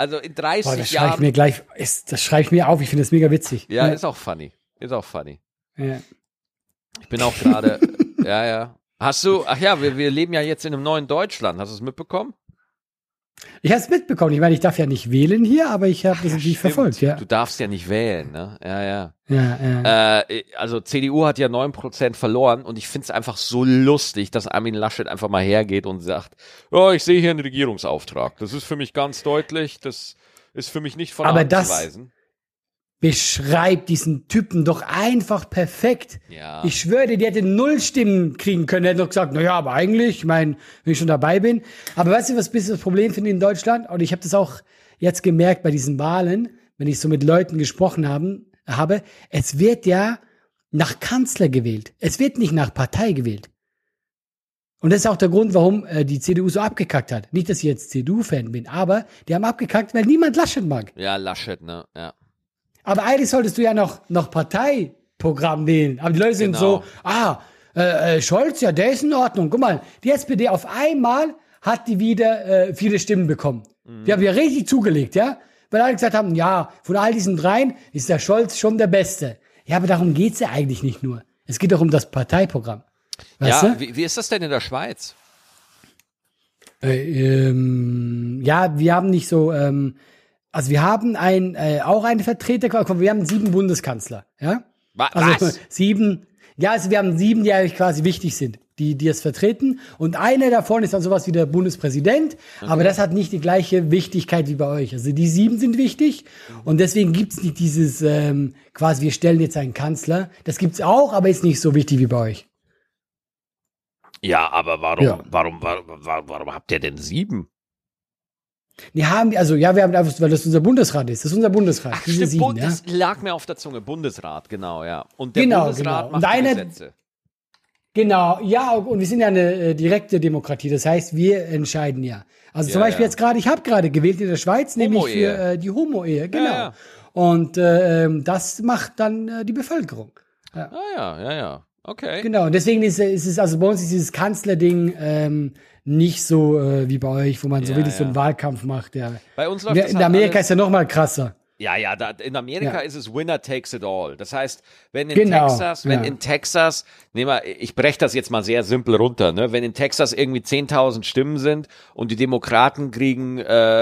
Also in Boah, 30 das schreibe ich Jahren. mir gleich, das schreibe ich mir auf. Ich finde das mega witzig. Ja, ist auch funny. Ist auch funny. Ja. Ich bin auch gerade, ja. Ach ja, wir leben ja jetzt in einem neuen Deutschland. Hast du es mitbekommen? Ich habe es mitbekommen. Ich meine, ich darf ja nicht wählen hier, aber ich habe das natürlich verfolgt, ja. Du darfst ja nicht wählen, ne? Ja. Ja. Also CDU hat ja 9% verloren und ich finde es einfach so lustig, dass Armin Laschet einfach mal hergeht und sagt, oh, ich sehe hier einen Regierungsauftrag. Das ist für mich ganz deutlich, das ist für mich nicht von der Hand zu weisen. Beschreibt diesen Typen doch einfach perfekt. Ja. Ich schwöre dir, die hätte 0 Stimmen kriegen können. Er hätte doch gesagt, naja, aber eigentlich, ich meine, wenn ich schon dabei bin. Aber weißt du, was das Problem finde in Deutschland? Und ich habe das auch jetzt gemerkt bei diesen Wahlen, wenn ich so mit Leuten gesprochen habe, es wird ja nach Kanzler gewählt. Es wird nicht nach Partei gewählt. Und das ist auch der Grund, warum die CDU so abgekackt hat. Nicht, dass ich jetzt CDU-Fan bin, aber die haben abgekackt, weil niemand Laschet mag. Ja, Laschet, ne? Ja. Aber eigentlich solltest du ja noch Parteiprogramm wählen. Aber die Leute sind so, Scholz, ja, der ist in Ordnung. Guck mal, die SPD auf einmal hat die wieder viele Stimmen bekommen. Die haben ja richtig zugelegt, ja? Weil alle gesagt haben, ja, von all diesen dreien ist der Scholz schon der Beste. Ja, aber darum geht's ja eigentlich nicht nur. Es geht doch um das Parteiprogramm. Weißt Ja, du? wie ist das denn in der Schweiz? Ja, wir haben nicht so, also wir haben auch einen Vertreter, wir haben 7 Bundeskanzler, ja? Also Was? 7, ja, also wir haben 7, die eigentlich quasi wichtig sind, die es vertreten. Und einer davon ist dann sowas wie der Bundespräsident, aber das hat nicht die gleiche Wichtigkeit wie bei euch. Also die 7 sind wichtig und deswegen gibt's nicht dieses, quasi wir stellen jetzt einen Kanzler. Das gibt's auch, aber ist nicht so wichtig wie bei euch. Ja, aber warum, Ja. warum habt ihr denn 7? Wir haben einfach, weil das unser Bundesrat ist. Das ist unser Bundesrat. Ach, diese stimmt, 7, ja. das lag mir auf der Zunge. Bundesrat, genau, ja. Und der Genau, Bundesrat genau. Und macht die einer- Gesetze. Genau, ja, und wir sind ja eine direkte Demokratie. Das heißt, wir entscheiden ja. Also zum Ja, Beispiel ja. jetzt gerade, ich habe gerade gewählt in der Schweiz, nämlich Homo-Ehe. für die Homo-Ehe, genau. Ja. Und das macht dann die Bevölkerung. Ja. Okay. Genau, und deswegen ist es, also bei uns ist dieses Kanzlerding nicht so wie bei euch, wo man so wirklich so einen Wahlkampf macht. Ja. Bei uns läuft das In halt Amerika alles- ist ja noch mal krasser. Ja, in Amerika Ja. ist es Winner takes it all. Das heißt, wenn in Genau, Texas, ich breche das jetzt mal sehr simpel runter, ne? Wenn in Texas irgendwie 10.000 Stimmen sind und die Demokraten kriegen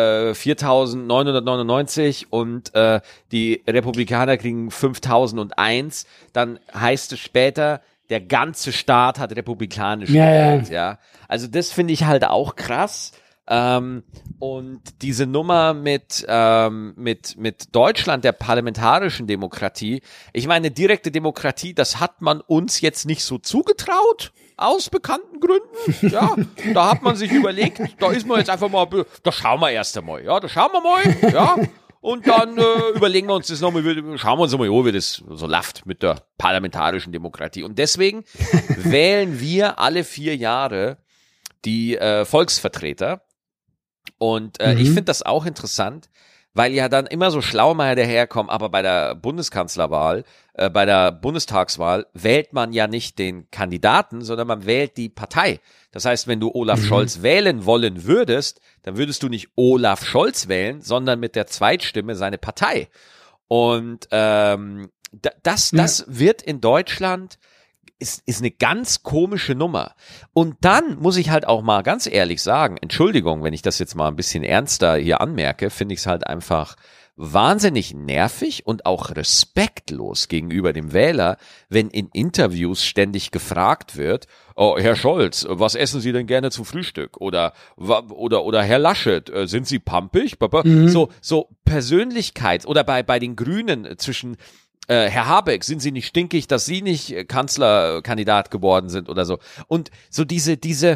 4.999 und die Republikaner kriegen 5.001, dann heißt es später, der ganze Staat hat republikanisch gewählt, ja. Also das finde ich halt auch krass. Und diese Nummer mit Deutschland, der parlamentarischen Demokratie, ich meine, direkte Demokratie, das hat man uns jetzt nicht so zugetraut, aus bekannten Gründen, ja, da hat man sich überlegt, da ist man jetzt einfach mal, da schauen wir erst einmal, ja, ja, und dann überlegen wir uns das nochmal, schauen wir uns nochmal, wie das so läuft mit der parlamentarischen Demokratie. Und deswegen wählen wir alle 4 Jahre die Volksvertreter. Und ich finde das auch interessant, weil ja dann immer so Schlaumeier daherkommen, aber bei der Bundeskanzlerwahl, bei der Bundestagswahl wählt man ja nicht den Kandidaten, sondern man wählt die Partei. Das heißt, wenn du Olaf Scholz wählen wollen würdest, dann würdest du nicht Olaf Scholz wählen, sondern mit der Zweitstimme seine Partei. Und das wird in Deutschland ist eine ganz komische Nummer. Und dann muss ich halt auch mal ganz ehrlich sagen, Entschuldigung, wenn ich das jetzt mal ein bisschen ernster hier anmerke, finde ich es halt einfach wahnsinnig nervig und auch respektlos gegenüber dem Wähler, wenn in Interviews ständig gefragt wird, oh, Herr Scholz, was essen Sie denn gerne zum Frühstück? Oder Herr Laschet, sind Sie pampig? So Persönlichkeit oder bei den Grünen zwischen Herr Habeck, sind Sie nicht stinkig, dass Sie nicht Kanzlerkandidat geworden sind oder so. Und so diese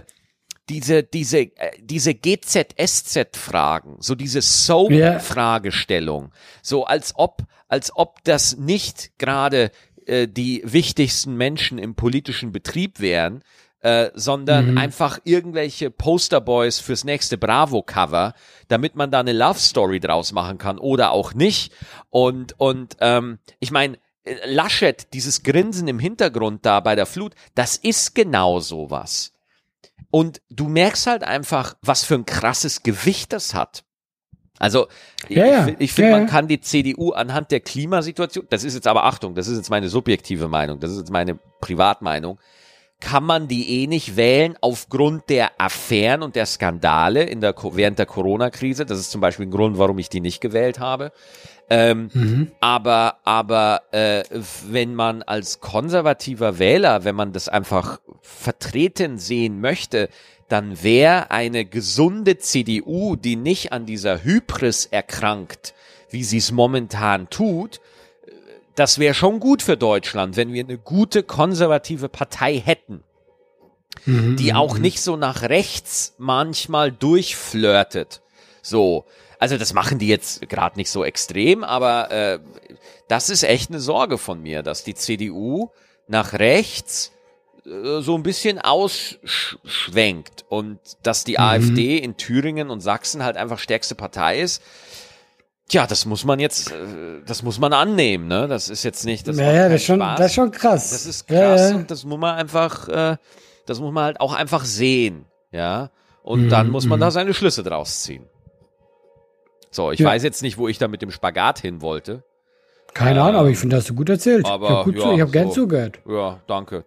GZSZ-Fragen, so diese Soap-Fragestellung, so als ob das nicht gerade die wichtigsten Menschen im politischen Betrieb wären, sondern einfach irgendwelche Posterboys fürs nächste Bravo-Cover, damit man da eine Love-Story draus machen kann oder auch nicht. Und ich meine, Laschet, dieses Grinsen im Hintergrund da bei der Flut, das ist genau sowas. Und du merkst halt einfach, was für ein krasses Gewicht das hat. Also ich finde, man kann die CDU anhand der Klimasituation, das ist jetzt aber Achtung, das ist jetzt meine subjektive Meinung, das ist jetzt meine Privatmeinung, kann man die nicht wählen aufgrund der Affären und der Skandale während der Corona-Krise. Das ist zum Beispiel ein Grund, warum ich die nicht gewählt habe. Aber wenn man als konservativer Wähler, wenn man das einfach vertreten sehen möchte, dann wäre eine gesunde CDU, die nicht an dieser Hybris erkrankt, wie sie es momentan tut, das wäre schon gut für Deutschland, wenn wir eine gute konservative Partei hätten, die auch nicht so nach rechts manchmal durchflirtet. So, also das machen die jetzt gerade nicht so extrem, aber das ist echt eine Sorge von mir, dass die CDU nach rechts so ein bisschen ausschwenkt und dass die AfD in Thüringen und Sachsen halt einfach stärkste Partei ist. Tja, das muss man annehmen, ne? Das ist jetzt nicht, das ist schon krass. Das ist krass und das muss man halt auch einfach sehen, ja? Und dann muss man da seine Schlüsse draus ziehen. So, ich weiß jetzt nicht, wo ich da mit dem Spagat hin wollte. Keine Ahnung, aber ich finde, das hast du gut erzählt. Aber, ich habe gern zugehört. Ja, danke.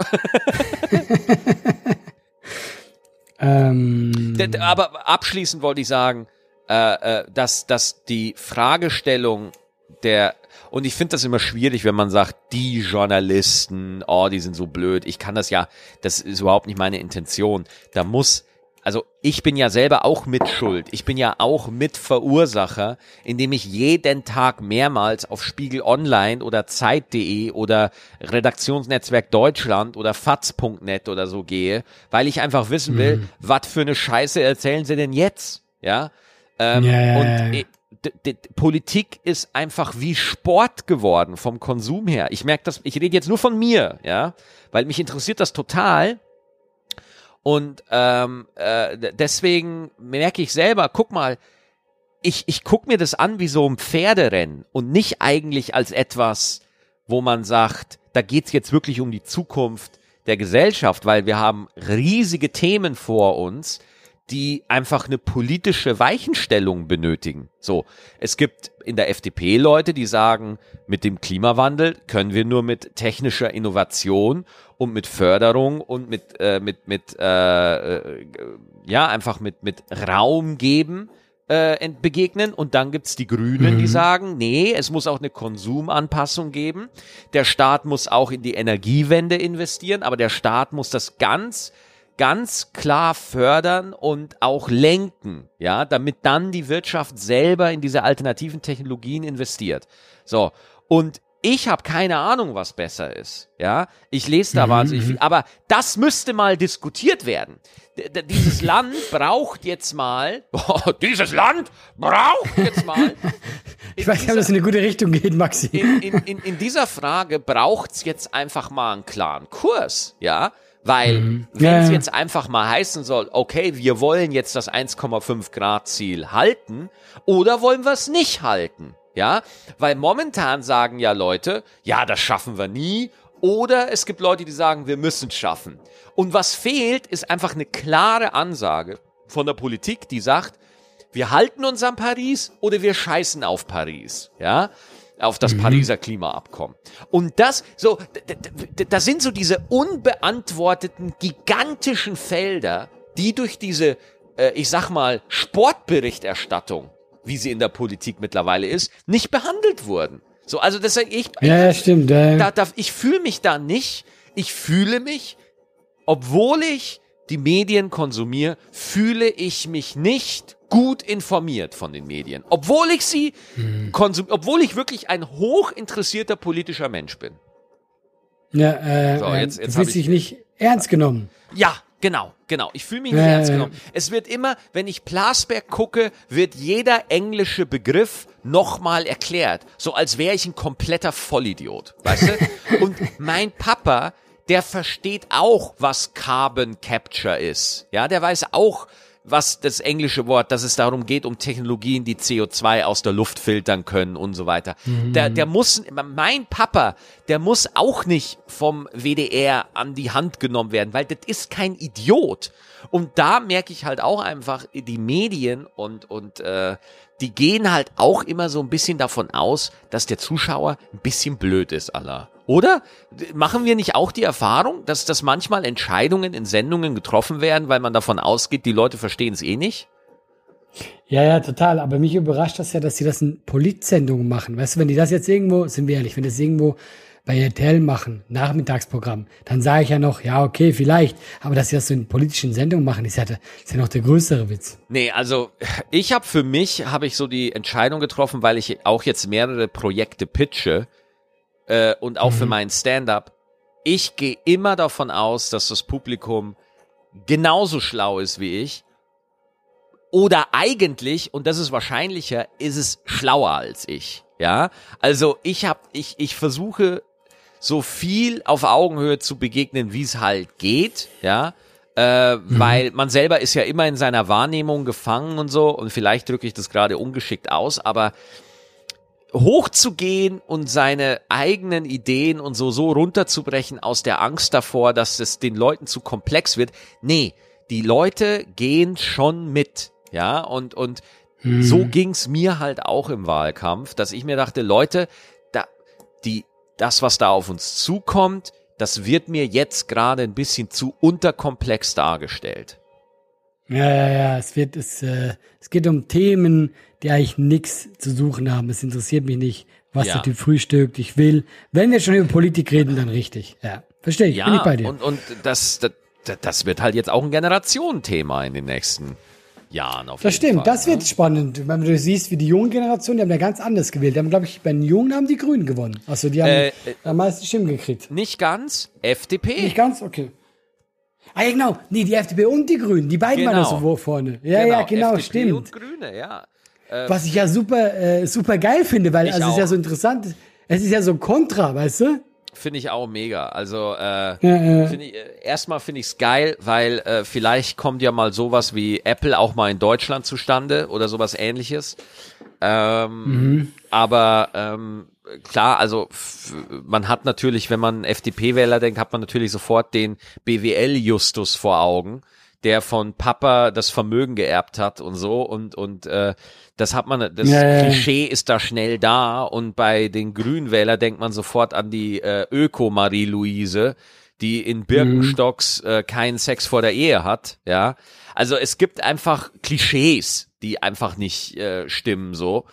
Aber abschließend wollte ich sagen, dass die Fragestellung und ich finde das immer schwierig, wenn man sagt, die Journalisten, die sind so blöd. Das ist überhaupt nicht meine Intention. Also ich bin ja selber auch mitschuld. Ich bin ja auch Mitverursacher, indem ich jeden Tag mehrmals auf Spiegel Online oder Zeit.de oder Redaktionsnetzwerk Deutschland oder faz.net oder so gehe, weil ich einfach wissen will, was für eine Scheiße erzählen sie denn jetzt? Ja. Politik ist einfach wie Sport geworden vom Konsum her. Ich merke das, ich rede jetzt nur von mir, ja, weil mich interessiert das total. Und deswegen merke ich selber, guck mal, ich gucke mir das an wie so ein Pferderennen und nicht eigentlich als etwas, wo man sagt, da geht's jetzt wirklich um die Zukunft der Gesellschaft, weil wir haben riesige Themen vor uns, die einfach eine politische Weichenstellung benötigen. So, es gibt in der FDP Leute, die sagen, mit dem Klimawandel können wir nur mit technischer Innovation und mit Förderung und mit Raum geben begegnen. Und dann gibt's die Grünen, die sagen, nee, es muss auch eine Konsumanpassung geben. Der Staat muss auch in die Energiewende investieren, aber der Staat muss das ganz klar fördern und auch lenken, ja, damit dann die Wirtschaft selber in diese alternativen Technologien investiert. So, und ich habe keine Ahnung, was besser ist, ja. Ich lese da wahnsinnig viel, aber das müsste mal diskutiert werden. Dieses Land braucht jetzt mal, ich weiß nicht, ob das in eine gute Richtung geht, Maxi. In dieser Frage braucht's jetzt einfach mal einen klaren Kurs, ja. Weil, wenn es jetzt einfach mal heißen soll, okay, wir wollen jetzt das 1,5 Grad Ziel halten oder wollen wir es nicht halten, ja? Weil momentan sagen ja Leute, ja, das schaffen wir nie, oder es gibt Leute, die sagen, wir müssen es schaffen. Und was fehlt, ist einfach eine klare Ansage von der Politik, die sagt, wir halten uns an Paris oder wir scheißen auf Paris, ja? Auf das Pariser Klimaabkommen. Und das sind so diese unbeantworteten, gigantischen Felder, die durch diese, ich sag mal, Sportberichterstattung, wie sie in der Politik mittlerweile ist, nicht behandelt wurden. So, also das stimmt. Ich fühle mich da nicht. Ich fühle mich, obwohl ich die Medien konsumiere, fühle ich mich nicht gut informiert von den Medien. Obwohl ich sie obwohl ich wirklich ein hochinteressierter politischer Mensch bin. Ja, jetzt du fühlst dich nicht ernst genommen. Ja, genau. Ich fühle mich nicht ernst genommen. Es wird immer, wenn ich Plasberg gucke, wird jeder englische Begriff nochmal erklärt. So als wäre ich ein kompletter Vollidiot. Weißt du? Und mein Papa, der versteht auch, was Carbon Capture ist. Ja, der weiß auch, was das englische Wort, dass es darum geht, um Technologien, die CO2 aus der Luft filtern können und so weiter. Der muss, mein Papa, der muss auch nicht vom WDR an die Hand genommen werden, weil das ist kein Idiot. Und da merke ich halt auch einfach, die Medien und die gehen halt auch immer so ein bisschen davon aus, dass der Zuschauer ein bisschen blöd ist, Allah. Oder? Machen wir nicht auch die Erfahrung, dass das manchmal Entscheidungen in Sendungen getroffen werden, weil man davon ausgeht, die Leute verstehen es eh nicht? Ja, total. Aber mich überrascht das ja, dass sie das in Politsendungen machen. Weißt du, wenn die das jetzt irgendwo, sind wir ehrlich, wenn das irgendwo bei RTL machen, Nachmittagsprogramm, dann sage ich ja noch, ja, okay, vielleicht. Aber dass sie das so in politischen Sendungen machen, ist ja noch der größere Witz. Nee, also für mich habe ich so die Entscheidung getroffen, weil ich auch jetzt mehrere Projekte pitche, und auch für meinen Stand-up, ich gehe immer davon aus, dass das Publikum genauso schlau ist wie ich. Oder eigentlich, und das ist wahrscheinlicher, ist es schlauer als ich. Ja, also ich versuche so viel auf Augenhöhe zu begegnen, wie es halt geht. Ja, weil man selber ist ja immer in seiner Wahrnehmung gefangen und so. Und vielleicht drücke ich das gerade ungeschickt aus, aber hochzugehen und seine eigenen Ideen und so runterzubrechen aus der Angst davor, dass es den Leuten zu komplex wird. Nee, die Leute gehen schon mit, ja, und so ging's mir halt auch im Wahlkampf, dass ich mir dachte, Leute, das, was da auf uns zukommt, das wird mir jetzt gerade ein bisschen zu unterkomplex dargestellt. Ja, es geht um Themen, die eigentlich nichts zu suchen haben. Es interessiert mich nicht, was der Typ frühstückt. Ich will, wenn wir schon über Politik reden, dann richtig. Ja, verstehe ich, bin ich bei dir. Und das wird halt jetzt auch ein Generationenthema in den nächsten Jahren auf jeden Fall. Das stimmt, das wird spannend. Wenn du siehst, wie die junge Generation, die haben ja ganz anders gewählt. Die haben, glaube ich, bei den Jungen haben die Grünen gewonnen. Also die haben am meisten Stimmen gekriegt. Nicht ganz, FDP. Nicht ganz, okay. Ah ja, genau. Nee, die FDP und die Grünen, die beiden waren da so vorne. Ja, genau, FDP stimmt. Und Grüne, ja. Was ich ja super geil finde, weil es ist ja so interessant. Es ist ja so kontra, weißt du? Finde ich auch mega. Also erstmal finde ich es geil, weil vielleicht kommt ja mal sowas wie Apple auch mal in Deutschland zustande oder sowas Ähnliches. Aber klar, also man hat natürlich, wenn man FDP-Wähler denkt, hat man natürlich sofort den BWL-Justus vor Augen, der von Papa das Vermögen geerbt hat und so und das hat man, das Klischee ist da schnell da und bei den Grünwähler denkt man sofort an die Öko-Marie-Louise, die in Birkenstocks keinen Sex vor der Ehe hat, ja. Also es gibt einfach Klischees, die einfach nicht stimmen so.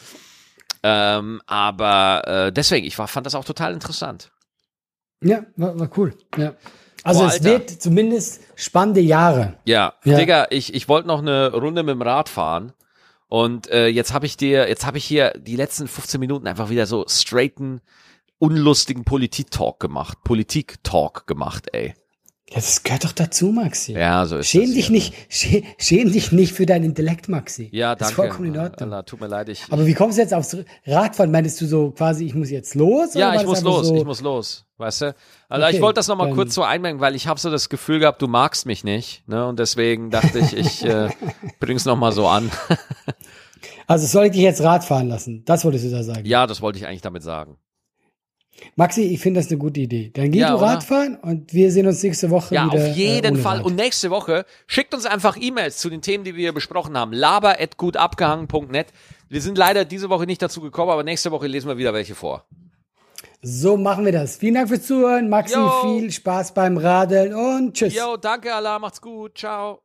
Aber deswegen, fand das auch total interessant. Ja, war cool, ja. Also es wird zumindest spannende Jahre. Ja. Digga, ich wollte noch eine Runde mit dem Rad fahren und jetzt habe ich hier die letzten 15 Minuten einfach wieder so straighten, unlustigen Politik-Talk gemacht, ey. Ja, das gehört doch dazu, Maxi. Ja, so ist schäm das. Schäm dich nicht für deinen Intellekt, Maxi. Ja, danke. Das ist vollkommen in Ordnung. Allah, tut mir leid. Aber wie kommst du jetzt aufs Radfahren? Meinst du so quasi, ich muss jetzt los? Ja, ich muss los, weißt du? Also okay, ich wollte das nochmal kurz so einmerken, weil ich habe so das Gefühl gehabt, du magst mich nicht, ne? Und deswegen dachte ich bring's nochmal so an. Also soll ich dich jetzt Rad fahren lassen? Das wolltest du da sagen? Ja, das wollte ich eigentlich damit sagen. Maxi, ich finde das eine gute Idee. Dann geh du Radfahren und wir sehen uns nächste Woche wieder. Ja, auf jeden Fall. Rad. Und nächste Woche schickt uns einfach E-Mails zu den Themen, die wir besprochen haben. laber@gutabgehangen.net. Wir sind leider diese Woche nicht dazu gekommen, aber nächste Woche lesen wir wieder welche vor. So machen wir das. Vielen Dank fürs Zuhören. Maxi, viel Spaß beim Radeln und tschüss. Jo, danke Allah, macht's gut. Ciao.